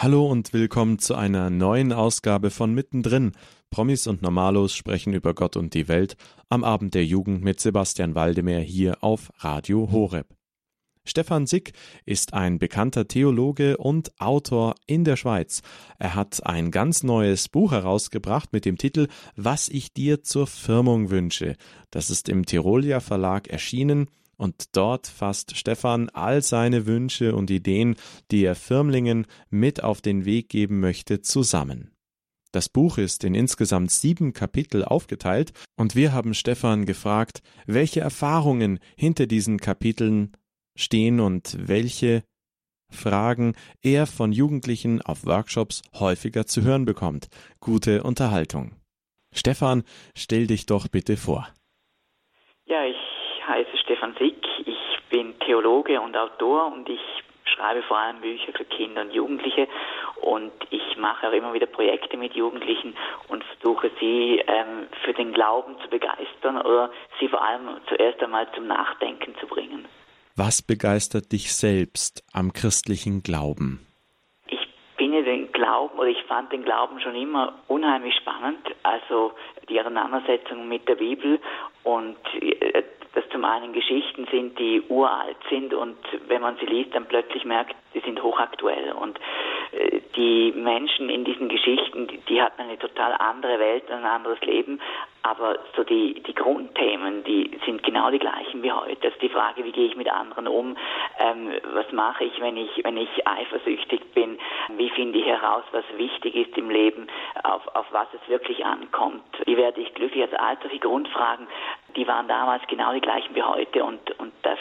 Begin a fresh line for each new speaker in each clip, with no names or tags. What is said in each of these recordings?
Hallo und willkommen zu einer neuen Ausgabe von Mittendrin. Promis und Normalos sprechen über Gott und die Welt am Abend der Jugend mit Sebastian Waldemar hier auf Radio Horeb. Stefan Sick ist ein bekannter Theologe und Autor in der Schweiz. Er hat ein ganz neues Buch herausgebracht mit dem Titel »Was ich dir zur Firmung wünsche«. Das ist im Tirolia Verlag erschienen. Und dort fasst Stefan all seine Wünsche und Ideen, die er Firmlingen mit auf den Weg geben möchte, zusammen. Das Buch ist in insgesamt 7 Kapitel aufgeteilt und wir haben Stefan gefragt, welche Erfahrungen hinter diesen Kapiteln stehen und welche Fragen er von Jugendlichen auf Workshops häufiger zu hören bekommt. Gute Unterhaltung. Stefan, stell dich doch bitte vor.
Ja, ich heiße Stefan Sick, ich bin Theologe und Autor und ich schreibe vor allem Bücher für Kinder und Jugendliche und ich mache auch immer wieder Projekte mit Jugendlichen und versuche sie für den Glauben zu begeistern oder sie vor allem zuerst einmal zum Nachdenken zu bringen.
Was begeistert dich selbst am christlichen Glauben?
Ich fand den Glauben schon immer unheimlich spannend, also die Auseinandersetzung mit der Bibel und dass zum einen Geschichten sind, die uralt sind und wenn man sie liest, dann plötzlich merkt, sie sind hochaktuell und die Menschen in diesen Geschichten, die hatten eine total andere Welt, ein anderes Leben, aber so die Grundthemen, die sind genau die gleichen wie heute. Also die Frage, wie gehe ich mit anderen um, was mache ich, wenn ich eifersüchtig bin, wie finde ich heraus, was wichtig ist im Leben, auf was es wirklich ankommt, wie werde ich glücklich, also all solche Grundfragen, die waren damals genau die gleichen wie heute und das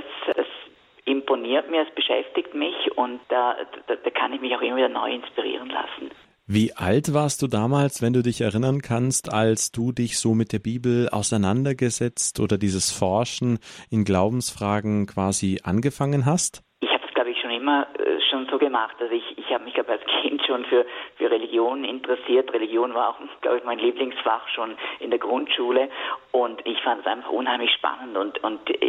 imponiert mir, es beschäftigt mich und da kann ich mich auch immer wieder neu inspirieren lassen.
Wie alt warst du damals, wenn du dich erinnern kannst, als du dich so mit der Bibel auseinandergesetzt oder dieses Forschen in Glaubensfragen quasi angefangen hast?
Ich habe es, glaube ich, schon immer schon so gemacht. Also ich habe mich als Kind schon für Religion interessiert. Religion war auch, glaube ich, mein Lieblingsfach schon in der Grundschule und ich fand es einfach unheimlich spannend und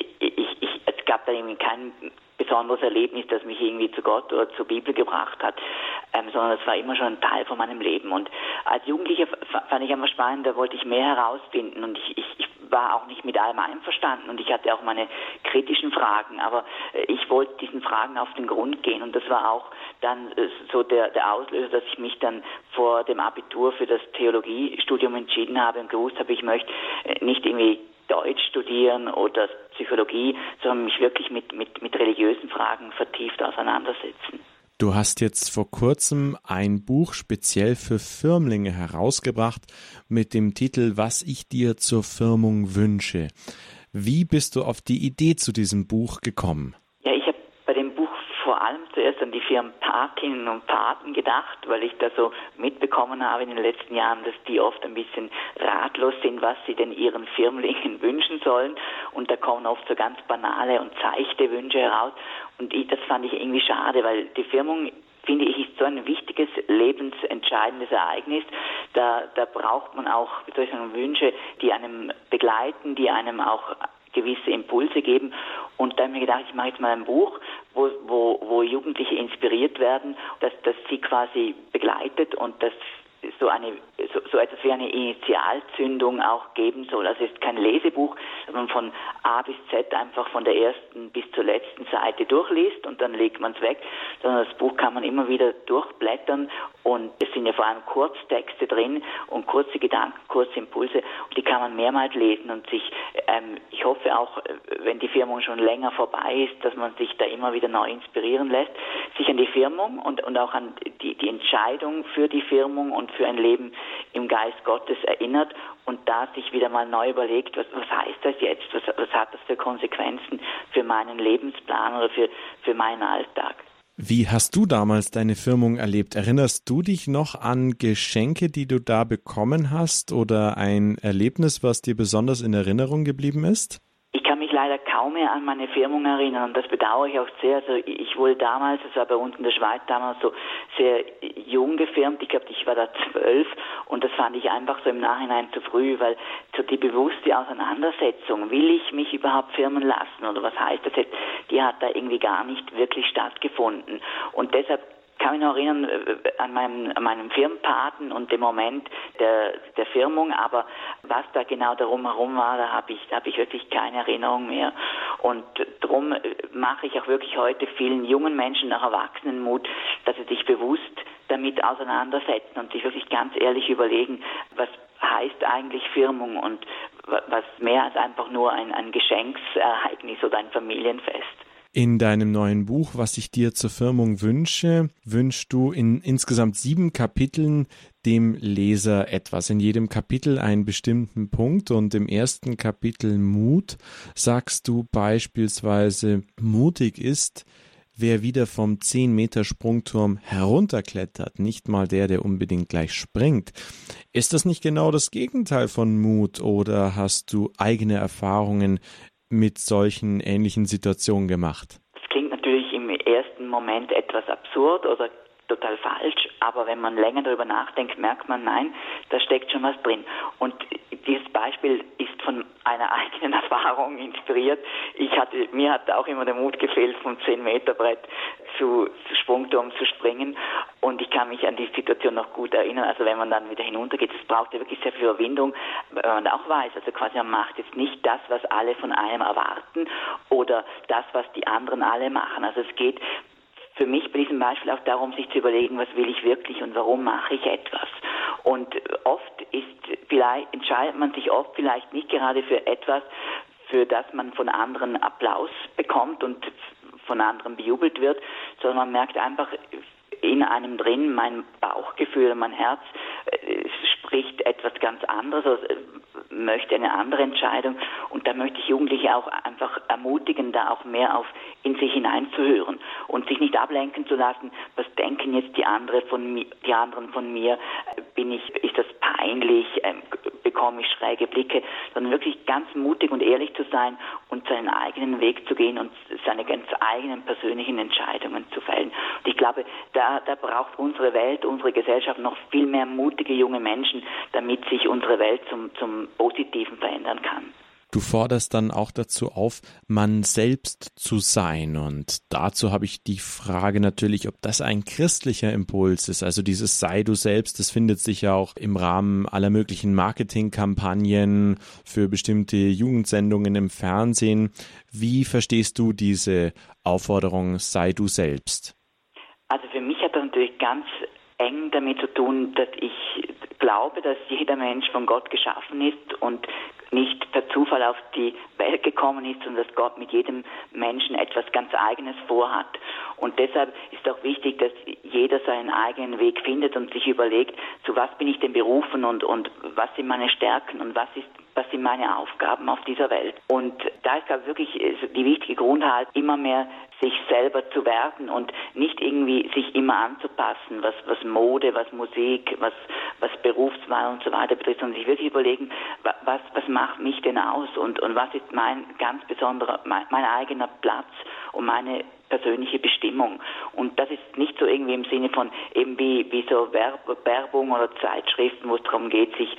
es gab da irgendwie kein besonderes Erlebnis, das mich irgendwie zu Gott oder zur Bibel gebracht hat, sondern es war immer schon ein Teil von meinem Leben. Und als Jugendlicher fand ich einfach spannend, da wollte ich mehr herausfinden und ich war auch nicht mit allem einverstanden und ich hatte auch meine kritischen Fragen, aber ich wollte diesen Fragen auf den Grund gehen und das war auch dann so der Auslöser, dass ich mich dann vor dem Abitur für das Theologiestudium entschieden habe und gewusst habe, ich möchte nicht irgendwie Deutsch studieren oder Psychologie, sondern mich wirklich mit religiösen Fragen vertieft auseinandersetzen.
Du hast jetzt vor kurzem ein Buch speziell für Firmlinge herausgebracht mit dem Titel »Was ich dir zur Firmung wünsche«. Wie bist du auf die Idee zu diesem Buch gekommen?
Ja, ich habe bei dem Buch vor allem zuerst an die Firmenpatinnen und Paten gedacht, weil ich da so mitbekommen habe in den letzten Jahren, dass die oft ein bisschen ratlos sind, was sie denn ihren Firmlingen wünschen sollen. Und da kommen oft so ganz banale und seichte Wünsche heraus. Und das fand ich irgendwie schade, weil die Firmung, finde ich, ist so ein wichtiges, lebensentscheidendes Ereignis. Da braucht man auch, Wünsche, die einem begleiten, die einem auch gewisse Impulse geben. Und da habe ich mir gedacht, ich mache jetzt mal ein Buch, wo Jugendliche inspiriert werden, dass sie quasi begleitet und dass so etwas wie eine Initialzündung auch geben soll. Also es ist kein Lesebuch, dass man von A bis Z einfach von der ersten bis zur letzten Seite durchliest und dann legt man es weg, sondern das Buch kann man immer wieder durchblättern und es sind ja vor allem Kurztexte drin und kurze Gedanken, kurze Impulse und die kann man mehrmals lesen und sich, ich hoffe auch, wenn die Firmung schon länger vorbei ist, dass man sich da immer wieder neu inspirieren lässt, sich an die Firmung und auch an die Entscheidung für die Firmung und für ein Leben im Geist Gottes erinnert und da sich wieder mal neu überlegt, was heißt das jetzt, was hat das für Konsequenzen für meinen Lebensplan oder für meinen Alltag.
Wie hast du damals deine Firmung erlebt? Erinnerst du dich noch an Geschenke, die du da bekommen hast oder ein Erlebnis, was dir besonders in Erinnerung geblieben ist?
Ich kann mich leider kaum mehr an meine Firmung erinnern und das bedauere ich auch sehr. Also ich wurde damals, es war bei uns in der Schweiz damals so sehr jung gefirmt, ich glaube, ich war da 12 und das fand ich einfach so im Nachhinein zu früh, weil so die bewusste Auseinandersetzung, will ich mich überhaupt firmen lassen oder was heißt das jetzt, die hat da irgendwie gar nicht wirklich stattgefunden und deshalb kann mich noch erinnern an meinem Firmenpaten und dem Moment der Firmung, aber was da genau darum herum war, da habe ich wirklich keine Erinnerung mehr. Und darum mache ich auch wirklich heute vielen jungen Menschen, auch Erwachsenen Mut, dass sie sich bewusst damit auseinandersetzen und sich wirklich ganz ehrlich überlegen, was heißt eigentlich Firmung und was mehr als einfach nur ein Geschenksereignis oder ein Familienfest.
In deinem neuen Buch, was ich dir zur Firmung wünsche, wünschst du in insgesamt 7 Kapiteln dem Leser etwas. In jedem Kapitel einen bestimmten Punkt und im ersten Kapitel Mut sagst du beispielsweise, mutig ist, wer wieder vom 10-Meter-Sprungturm herunterklettert, nicht mal der unbedingt gleich springt. Ist das nicht genau das Gegenteil von Mut oder hast du eigene Erfahrungen mit solchen ähnlichen Situationen gemacht?
Das klingt natürlich im ersten Moment etwas absurd oder total falsch, aber wenn man länger darüber nachdenkt, merkt man, nein, da steckt schon was drin. Und dieses Beispiel ist von einer eigenen Erfahrung inspiriert. Mir hat auch immer der Mut gefehlt, vom 10-Meter-Brett zu Sprungturm zu springen. Und ich kann mich an die Situation noch gut erinnern. Also wenn man dann wieder hinuntergeht, es braucht ja wirklich sehr viel Überwindung, wenn man auch weiß, also quasi man macht jetzt nicht das, was alle von einem erwarten oder das, was die anderen alle machen. Also es geht für mich bei diesem Beispiel auch darum, sich zu überlegen, was will ich wirklich und warum mache ich etwas. Und entscheidet man sich oft vielleicht nicht gerade für etwas, für das man von anderen Applaus bekommt und von anderen bejubelt wird, sondern man merkt einfach in einem drin, mein Bauchgefühl, mein Herz spricht etwas ganz anderes, also möchte eine andere Entscheidung und da möchte ich Jugendliche auch einfach ermutigen, da auch mehr in sich hineinzuhören und sich nicht ablenken zu lassen, was denken jetzt die anderen von mir, ist das peinlich, bekomme ich schräge Blicke, sondern wirklich ganz mutig und ehrlich zu sein und seinen eigenen Weg zu gehen und seine ganz eigenen persönlichen Entscheidungen zu fällen. Und ich glaube, da braucht unsere Welt, unsere Gesellschaft noch viel mehr mutige junge Menschen, damit sich unsere Welt zum Positiven verändern kann.
Du forderst dann auch dazu auf, man selbst zu sein. Und dazu habe ich die Frage natürlich, ob das ein christlicher Impuls ist. Also dieses Sei du selbst, das findet sich ja auch im Rahmen aller möglichen Marketingkampagnen für bestimmte Jugendsendungen im Fernsehen. Wie verstehst du diese Aufforderung, sei du selbst?
Also für mich hat das natürlich ganz eng damit zu tun, dass ich glaube, dass jeder Mensch von Gott geschaffen ist und nicht per Zufall auf die Welt gekommen ist, sondern dass Gott mit jedem Menschen etwas ganz Eigenes vorhat. Und deshalb ist auch wichtig, dass jeder seinen eigenen Weg findet und sich überlegt, zu was bin ich denn berufen und was sind meine Stärken und was sind meine Aufgaben auf dieser Welt. Und da ist, glaube ich, wirklich die wichtige Grundhaltung, immer mehr sich selber zu werden und nicht irgendwie sich immer anzupassen, was Mode, was Musik, was Berufswahl und so weiter betrifft, sondern sich wirklich überlegen, was macht mich denn aus und was ist mein ganz besonderer, mein eigener Platz und meine persönliche Bestimmung. Und das ist nicht so irgendwie im Sinne von eben wie so Werbung oder Zeitschriften, wo es darum geht, sich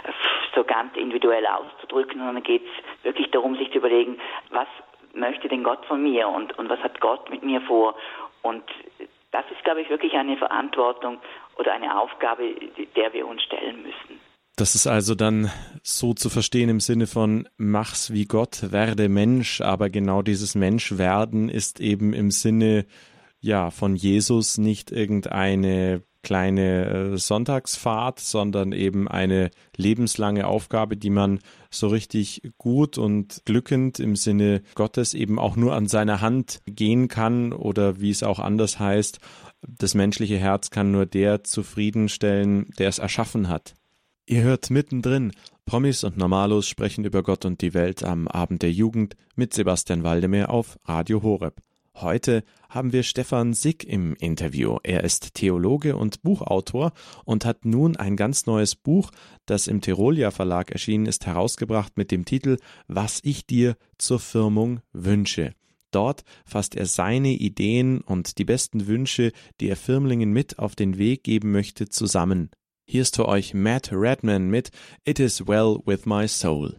so ganz individuell auszudrücken, sondern geht es wirklich darum, sich zu überlegen, was möchte denn Gott von mir und was hat Gott mit mir vor? Und das ist, glaube ich, wirklich eine Verantwortung oder eine Aufgabe, der wir uns stellen müssen.
Das ist also dann so zu verstehen im Sinne von mach's wie Gott, werde Mensch, aber genau dieses Menschwerden ist eben im Sinne von Jesus nicht irgendeine kleine Sonntagsfahrt, sondern eben eine lebenslange Aufgabe, die man so richtig gut und glückend im Sinne Gottes eben auch nur an seiner Hand gehen kann oder wie es auch anders heißt, das menschliche Herz kann nur der zufriedenstellen, der es erschaffen hat. Ihr hört mittendrin, Promis und Normalos sprechen über Gott und die Welt am Abend der Jugend mit Sebastian Waldemar auf Radio Horeb. Heute haben wir Stefan Sick im Interview. Er ist Theologe und Buchautor und hat nun ein ganz neues Buch, das im Tirolia Verlag erschienen ist, herausgebracht mit dem Titel »Was ich dir zur Firmung wünsche«. Dort fasst er seine Ideen und die besten Wünsche, die er Firmlingen mit auf den Weg geben möchte, zusammen. Hier ist für euch Matt Redman mit »It is well with my soul«.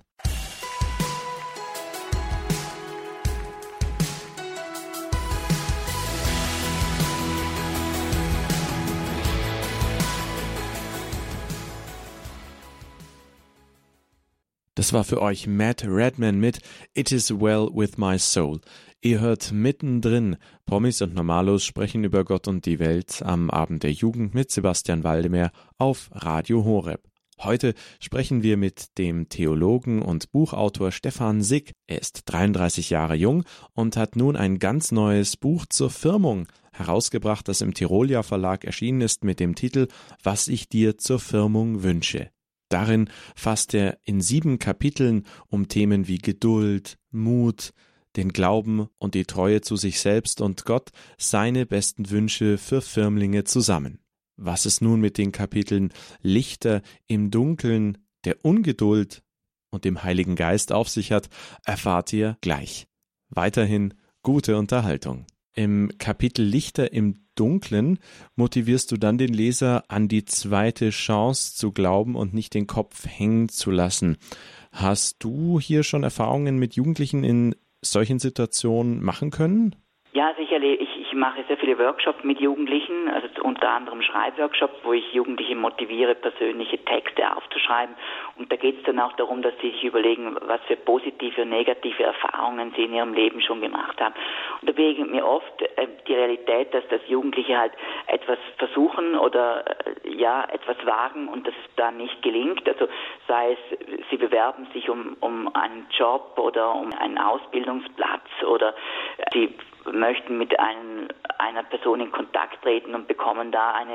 Das war für euch Matt Redman mit It Is Well With My Soul. Ihr hört mittendrin. Promis und Normalos sprechen über Gott und die Welt am Abend der Jugend mit Sebastian Waldemeyer auf Radio Horeb. Heute sprechen wir mit dem Theologen und Buchautor Stefan Sick. Er ist 33 Jahre jung und hat nun ein ganz neues Buch zur Firmung herausgebracht, das im Tirolia Verlag erschienen ist mit dem Titel Was ich dir zur Firmung wünsche. Darin fasst er in 7 Kapiteln um Themen wie Geduld, Mut, den Glauben und die Treue zu sich selbst und Gott seine besten Wünsche für Firmlinge zusammen. Was es nun mit den Kapiteln Lichter im Dunkeln, der Ungeduld und dem Heiligen Geist auf sich hat, erfahrt ihr gleich. Weiterhin gute Unterhaltung. Im Kapitel Lichter im Dunklen motivierst du dann den Leser, an die zweite Chance zu glauben und nicht den Kopf hängen zu lassen. Hast du hier schon Erfahrungen mit Jugendlichen in solchen Situationen machen können?
Ja, sicherlich. Ich mache sehr viele Workshops mit Jugendlichen, also unter anderem Schreibworkshops, wo ich Jugendliche motiviere, persönliche Texte aufzuschreiben. Und da geht es dann auch darum, dass sie sich überlegen, was für positive und negative Erfahrungen sie in ihrem Leben schon gemacht haben. Und da begegnet mir oft die Realität, dass Jugendliche halt etwas versuchen oder etwas wagen und dass es dann nicht gelingt. Also sei es, sie bewerben sich um einen Job oder um einen Ausbildungsplatz oder sie möchten mit einer Person in Kontakt treten und bekommen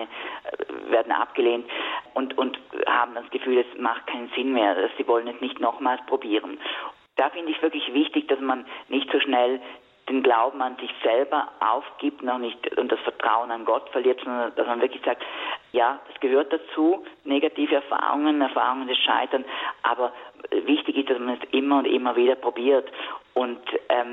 werden abgelehnt und haben das Gefühl, es macht keinen Sinn mehr, sie wollen es nicht nochmals probieren. Da finde ich es wirklich wichtig, dass man nicht so schnell den Glauben an sich selber aufgibt, noch nicht und das Vertrauen an Gott verliert, sondern dass man wirklich sagt, ja, das gehört dazu, negative Erfahrungen des Scheiterns, aber wichtig ist, dass man es immer und immer wieder probiert. Und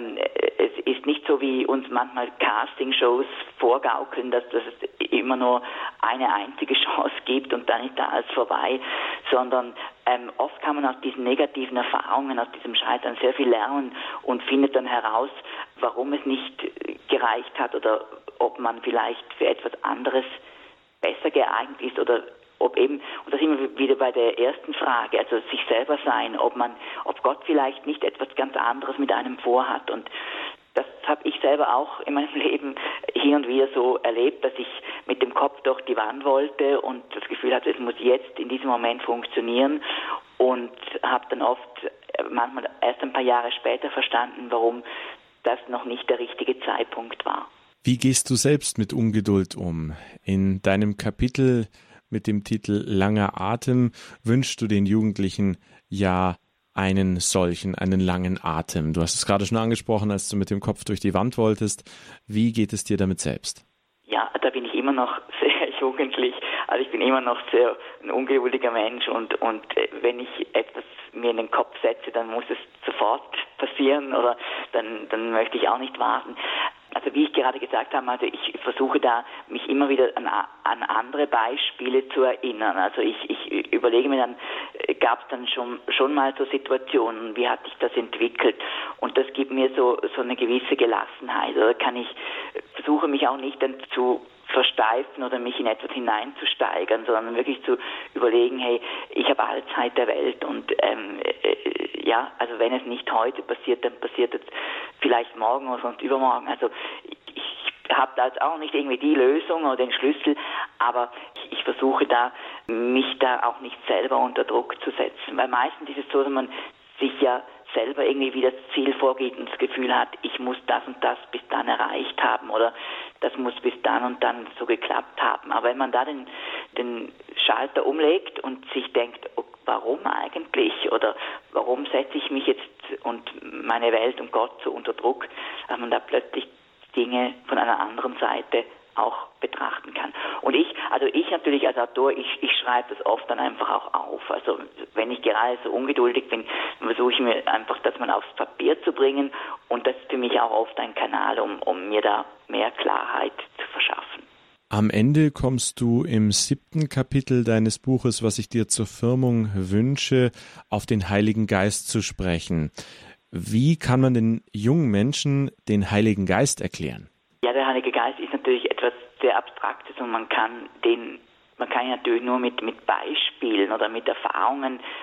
es ist nicht so, wie uns manchmal Castingshows vorgaukeln, dass es immer nur eine einzige Chance gibt und dann ist da alles vorbei, sondern oft kann man aus diesen negativen Erfahrungen, aus diesem Scheitern sehr viel lernen und findet dann heraus, warum es nicht gereicht hat oder ob man vielleicht für etwas anderes besser geeignet ist oder ob eben, und da sind wir wieder bei der ersten Frage, also sich selber sein, ob Gott vielleicht nicht etwas ganz anderes mit einem vorhat. Und das habe ich selber auch in meinem Leben hier und wieder so erlebt, dass ich mit dem Kopf durch die Wand wollte und das Gefühl hatte, es muss jetzt in diesem Moment funktionieren und habe dann oft manchmal erst ein paar Jahre später verstanden, warum das noch nicht der richtige Zeitpunkt war.
Wie gehst du selbst mit Ungeduld um? In deinem Kapitel mit dem Titel Langer Atem wünschst du den Jugendlichen ja einen langen Atem. Du hast es gerade schon angesprochen, als du mit dem Kopf durch die Wand wolltest. Wie geht es dir damit selbst?
Ja, da bin ich immer noch sehr jugendlich. Also ich bin immer noch sehr ein ungeduldiger Mensch und wenn ich etwas mir in den Kopf setze, dann muss es sofort passieren oder dann möchte ich auch nicht warten. Also wie ich gerade gesagt habe, also ich versuche da mich immer wieder an andere Beispiele zu erinnern. Also ich überlege mir dann, gab es dann schon mal so Situationen, wie hat sich das entwickelt? Und das gibt mir so eine gewisse Gelassenheit. Oder versuche mich auch nicht dann zu versteifen oder mich in etwas hineinzusteigern, sondern wirklich zu überlegen, hey, ich habe alle Zeit der Welt und also wenn es nicht heute passiert, dann passiert es vielleicht morgen oder sonst übermorgen. Also ich habe da jetzt auch nicht irgendwie die Lösung oder den Schlüssel, aber ich versuche mich da auch nicht selber unter Druck zu setzen, weil meistens ist es so, dass man sich ja selber irgendwie wie das Ziel vorgeht und das Gefühl hat, ich muss das und das bis dann erreicht haben oder das muss bis dann und dann so geklappt haben. Aber wenn man da den Schalter umlegt und sich denkt, oh, warum eigentlich oder warum setze ich mich jetzt und meine Welt und Gott so unter Druck, dass man da plötzlich Dinge von einer anderen Seite auch betrachten kann. Und ich natürlich als Autor, ich schreibe das oft dann einfach auch auf. Also wenn ich gerade so ungeduldig bin, versuche ich mir einfach das mal aufs Papier zu bringen und das ist für mich auch oft ein Kanal, um mir da mehr Klarheit zu verschaffen.
Am Ende kommst du im 7. Kapitel deines Buches, was ich dir zur Firmung wünsche, auf den Heiligen Geist zu sprechen. Wie kann man den jungen Menschen den Heiligen Geist erklären?
Ja, der Heilige Geist ist natürlich etwas sehr Abstraktes und man kann ihn natürlich nur mit Beispielen oder mit Erfahrungen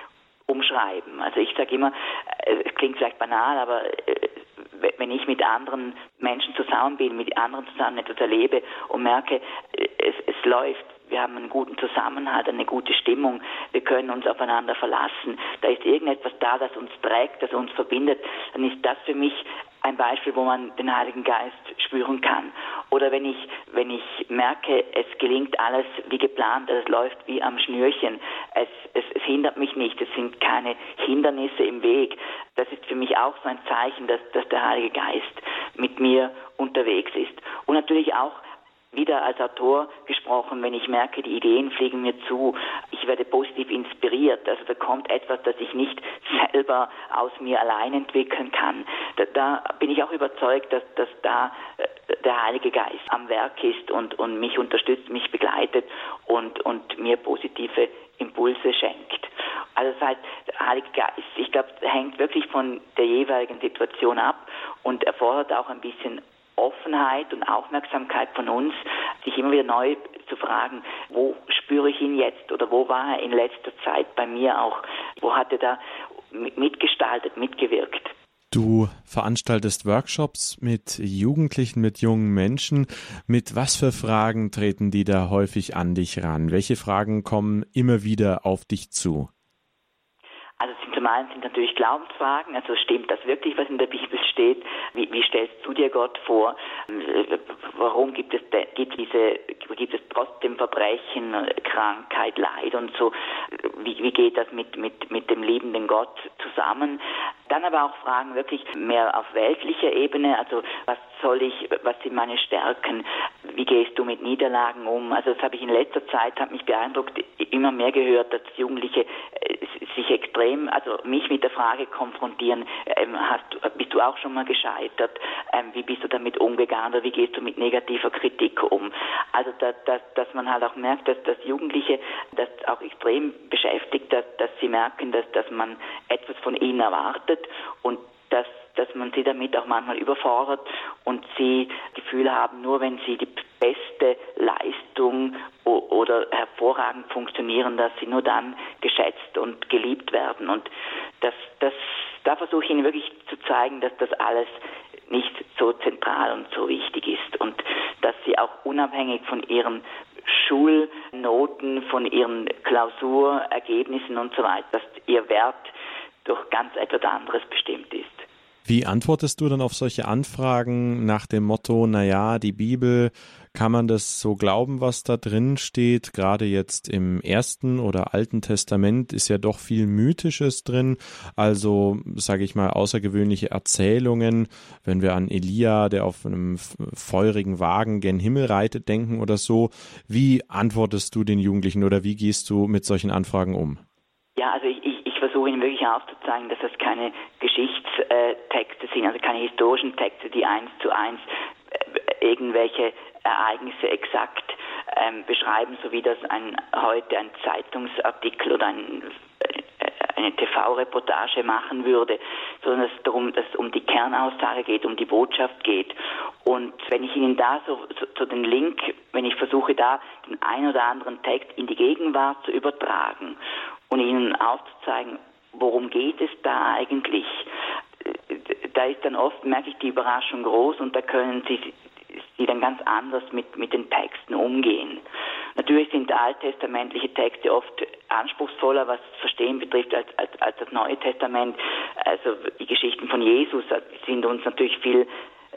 umschreiben. Also ich sage immer, es klingt vielleicht banal, aber wenn ich mit anderen Menschen zusammen bin, mit anderen zusammen etwas erlebe und merke, es läuft, wir haben einen guten Zusammenhalt, eine gute Stimmung, wir können uns aufeinander verlassen, da ist irgendetwas da, das uns trägt, das uns verbindet, dann ist das für mich ein Beispiel, wo man den Heiligen Geist spüren kann. Oder wenn ich merke, es gelingt alles wie geplant, es läuft wie am Schnürchen, es hindert mich nicht, es sind keine Hindernisse im Weg. Das ist für mich auch so ein Zeichen, dass der Heilige Geist mit mir unterwegs ist. Und natürlich auch wieder als Autor gesprochen, wenn ich merke, die Ideen fliegen mir zu, ich werde positiv inspiriert, also da kommt etwas, das ich nicht selber aus mir allein entwickeln kann. Da bin ich auch überzeugt, dass da der Heilige Geist am Werk ist und mich unterstützt, mich begleitet und mir positive Impulse schenkt. Also das heißt, der Heilige Geist, ich glaube, hängt wirklich von der jeweiligen Situation ab und erfordert auch ein bisschen Offenheit und Aufmerksamkeit von uns, sich immer wieder neu zu fragen, wo spüre ich ihn jetzt oder wo war er in letzter Zeit bei mir auch, wo hat er da mitgestaltet, mitgewirkt.
Du veranstaltest Workshops mit Jugendlichen, mit jungen Menschen. Mit was für Fragen treten die da häufig an dich ran? Welche Fragen kommen immer wieder auf dich zu?
Also zum einen sind natürlich Glaubensfragen, also stimmt das wirklich, was in der Bibel steht? Wie stellst du dir Gott vor? Warum gibt es trotzdem Verbrechen, Krankheit, Leid und so? Wie geht das mit dem liebenden Gott zusammen? Dann aber auch Fragen wirklich mehr auf weltlicher Ebene, also was sind meine Stärken? Wie gehst du mit Niederlagen um? Also das habe ich in letzter Zeit, hat mich beeindruckt, immer mehr gehört, dass Jugendliche sich extrem, also mich mit der Frage konfrontieren, bist du auch schon mal gescheitert? Wie bist du damit umgegangen oder wie gehst du mit negativer Kritik um? Also dass man halt auch merkt, dass Jugendliche das auch extrem beschäftigt, dass sie merken, dass man etwas von ihnen erwartet und dass man sie damit auch manchmal überfordert und sie das Gefühl haben, nur wenn sie die beste Leistung oder hervorragend funktionieren, dass sie nur dann geschätzt und geliebt werden. Und da versuche ich ihnen wirklich zu zeigen, dass das alles nicht so zentral und so wichtig ist und dass sie auch unabhängig von ihren Schulnoten, von ihren Klausurergebnissen und so weiter, dass ihr Wert durch ganz etwas anderes bestimmt ist.
Wie antwortest du dann auf solche Anfragen nach dem Motto, die Bibel, kann man das so glauben, was da drin steht? Gerade jetzt im Ersten oder Alten Testament ist ja doch viel Mythisches drin, also sage ich mal außergewöhnliche Erzählungen, wenn wir an Elia, der auf einem feurigen Wagen gen Himmel reitet, denken oder so. Wie antwortest du den Jugendlichen oder wie gehst du mit solchen Anfragen um?
Ja, also ich versuche Ihnen wirklich aufzuzeigen, dass das keine Geschichtstexte sind, also keine historischen Texte, die 1:1 irgendwelche Ereignisse exakt beschreiben, so wie das heute ein Zeitungsartikel oder eine TV-Reportage machen würde, sondern dass es um die Kernaussage geht, um die Botschaft geht. Und wenn ich Ihnen da so den Link, wenn ich versuche da den einen oder anderen Text in die Gegenwart zu übertragen und Ihnen aufzuzeigen, worum geht es da eigentlich, da ist dann oft, merke ich, die Überraschung groß und da können Sie dann ganz anders mit den Texten umgehen. Natürlich sind alttestamentliche Texte oft anspruchsvoller, was das Verstehen betrifft, als das Neue Testament. Also die Geschichten von Jesus sind uns natürlich viel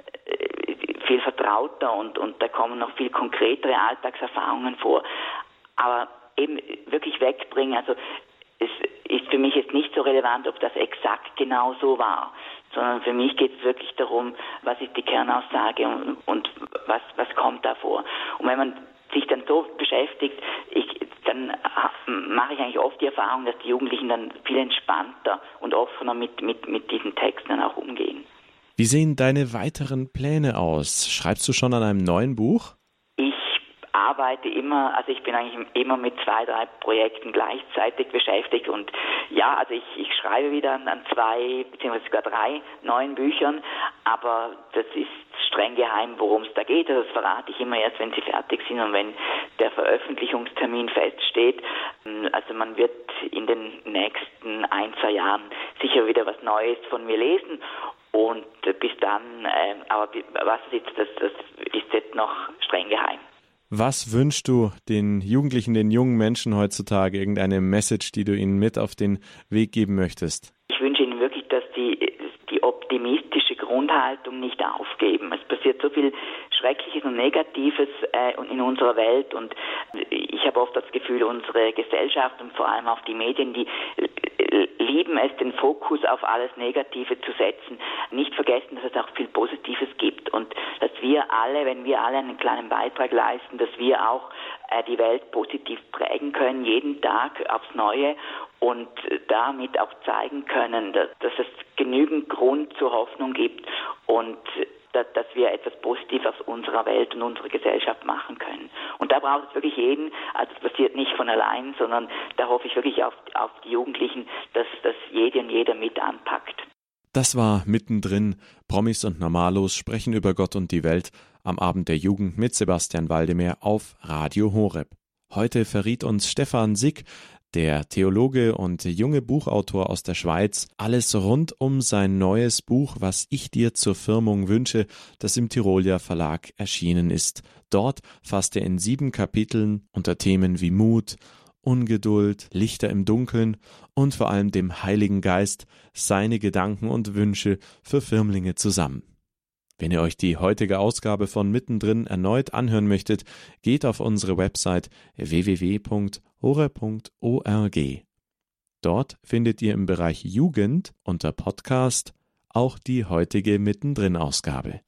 vertrauter und da kommen noch viel konkretere Alltagserfahrungen vor. Aber eben wirklich wegbringen, also es ist für mich jetzt nicht so relevant, ob das exakt genau so war, sondern für mich geht es wirklich darum, was ist die Kernaussage und was kommt da vor. Und wenn man sich dann so beschäftigt, dann mache ich eigentlich oft die Erfahrung, dass die Jugendlichen dann viel entspannter und offener mit diesen Texten dann auch umgehen.
Wie sehen deine weiteren Pläne aus? Schreibst du schon an einem neuen Buch?
Ich arbeite immer, also ich bin eigentlich immer mit 2, 3 Projekten gleichzeitig beschäftigt und ja, also ich schreibe wieder an 2 beziehungsweise sogar 3 neuen Büchern, aber das ist streng geheim, worum es da geht. Also das verrate ich immer erst, wenn sie fertig sind und wenn der Veröffentlichungstermin feststeht. Also man wird in den nächsten 1, 2 Jahren sicher wieder was Neues von mir lesen. Und bis dann, aber was ist jetzt, das ist jetzt noch streng geheim.
Was wünschst du den Jugendlichen, den jungen Menschen heutzutage? Irgendeine Message, die du ihnen mit auf den Weg geben möchtest?
Ich wünsche ihnen wirklich, dass die optimistische Grundhaltung nicht aufgeben. Es passiert so viel Schreckliches und Negatives in unserer Welt und ich habe oft das Gefühl, unsere Gesellschaft und vor allem auch die Medien, die lieben es, den Fokus auf alles Negative zu setzen. Nicht vergessen, dass es auch viel Positives gibt und dass wir alle, wenn wir alle einen kleinen Beitrag leisten, dass wir auch die Welt positiv prägen können, jeden Tag aufs Neue und damit auch zeigen können, dass es genügend Grund zur Hoffnung gibt und dass wir etwas Positives aus unserer Welt und unserer Gesellschaft machen können. Und da braucht es wirklich jeden, also es passiert nicht von allein, sondern da hoffe ich wirklich auf die Jugendlichen, dass jede und jeder mit anpackt.
Das war Mittendrin. Promis und Normalos sprechen über Gott und die Welt am Abend der Jugend mit Sebastian Waldemeyer auf Radio Horeb. Heute verriet uns Stefan Sick, der Theologe und junge Buchautor aus der Schweiz, alles rund um sein neues Buch, was ich dir zur Firmung wünsche, das im Tirolia Verlag erschienen ist. Dort fasst er in 7 Kapiteln unter Themen wie Mut, Ungeduld, Lichter im Dunkeln und vor allem dem Heiligen Geist seine Gedanken und Wünsche für Firmlinge zusammen. Wenn ihr euch die heutige Ausgabe von Mittendrin erneut anhören möchtet, geht auf unsere Website www.horeb.org. Dort findet ihr im Bereich Jugend unter Podcast auch die heutige Mittendrin-Ausgabe.